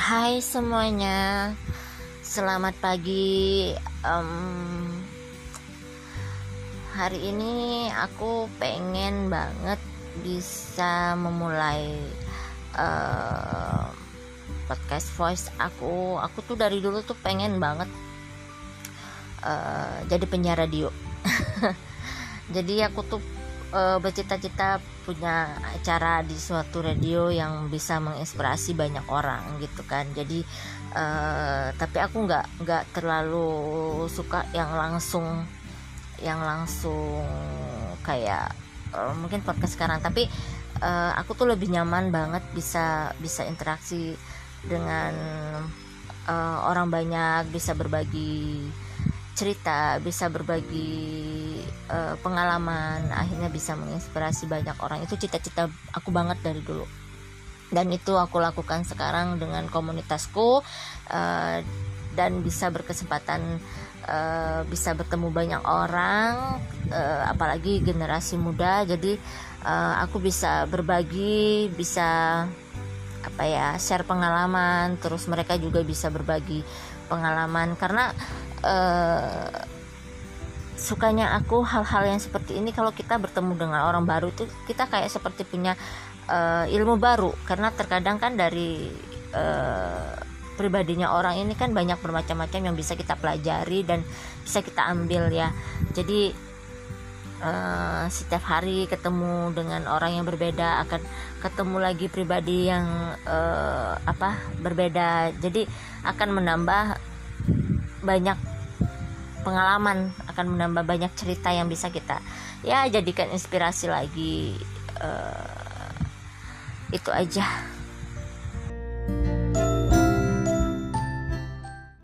Hai semuanya, selamat pagi. Hari ini aku pengen banget bisa memulai podcast voice aku. Aku tuh dari dulu tuh pengen banget jadi penyiar radio. Jadi aku tuh bercita-cita punya acara di suatu radio yang bisa menginspirasi banyak orang gitu kan. Jadi tapi aku nggak terlalu suka yang langsung kayak mungkin podcast sekarang. Tapi aku tuh lebih nyaman banget bisa interaksi dengan orang banyak, bisa berbagi cerita, bisa berbagi pengalaman, akhirnya bisa menginspirasi banyak orang. Itu cita-cita aku banget dari dulu, dan itu aku lakukan sekarang dengan komunitasku, dan bisa berkesempatan bisa bertemu banyak orang, apalagi generasi muda. Jadi aku bisa berbagi, bisa share pengalaman, terus mereka juga bisa berbagi pengalaman. Karena sukanya aku hal-hal yang seperti ini. Kalau kita bertemu dengan orang baru itu kita kayak seperti punya ilmu baru, karena terkadang kan dari pribadinya orang ini kan banyak bermacam-macam yang bisa kita pelajari dan bisa kita ambil ya. Jadi setiap hari ketemu dengan orang yang berbeda, akan ketemu lagi pribadi yang berbeda. Jadi akan menambah banyak pengalaman, akan menambah banyak cerita yang bisa kita jadikan inspirasi lagi. Itu aja.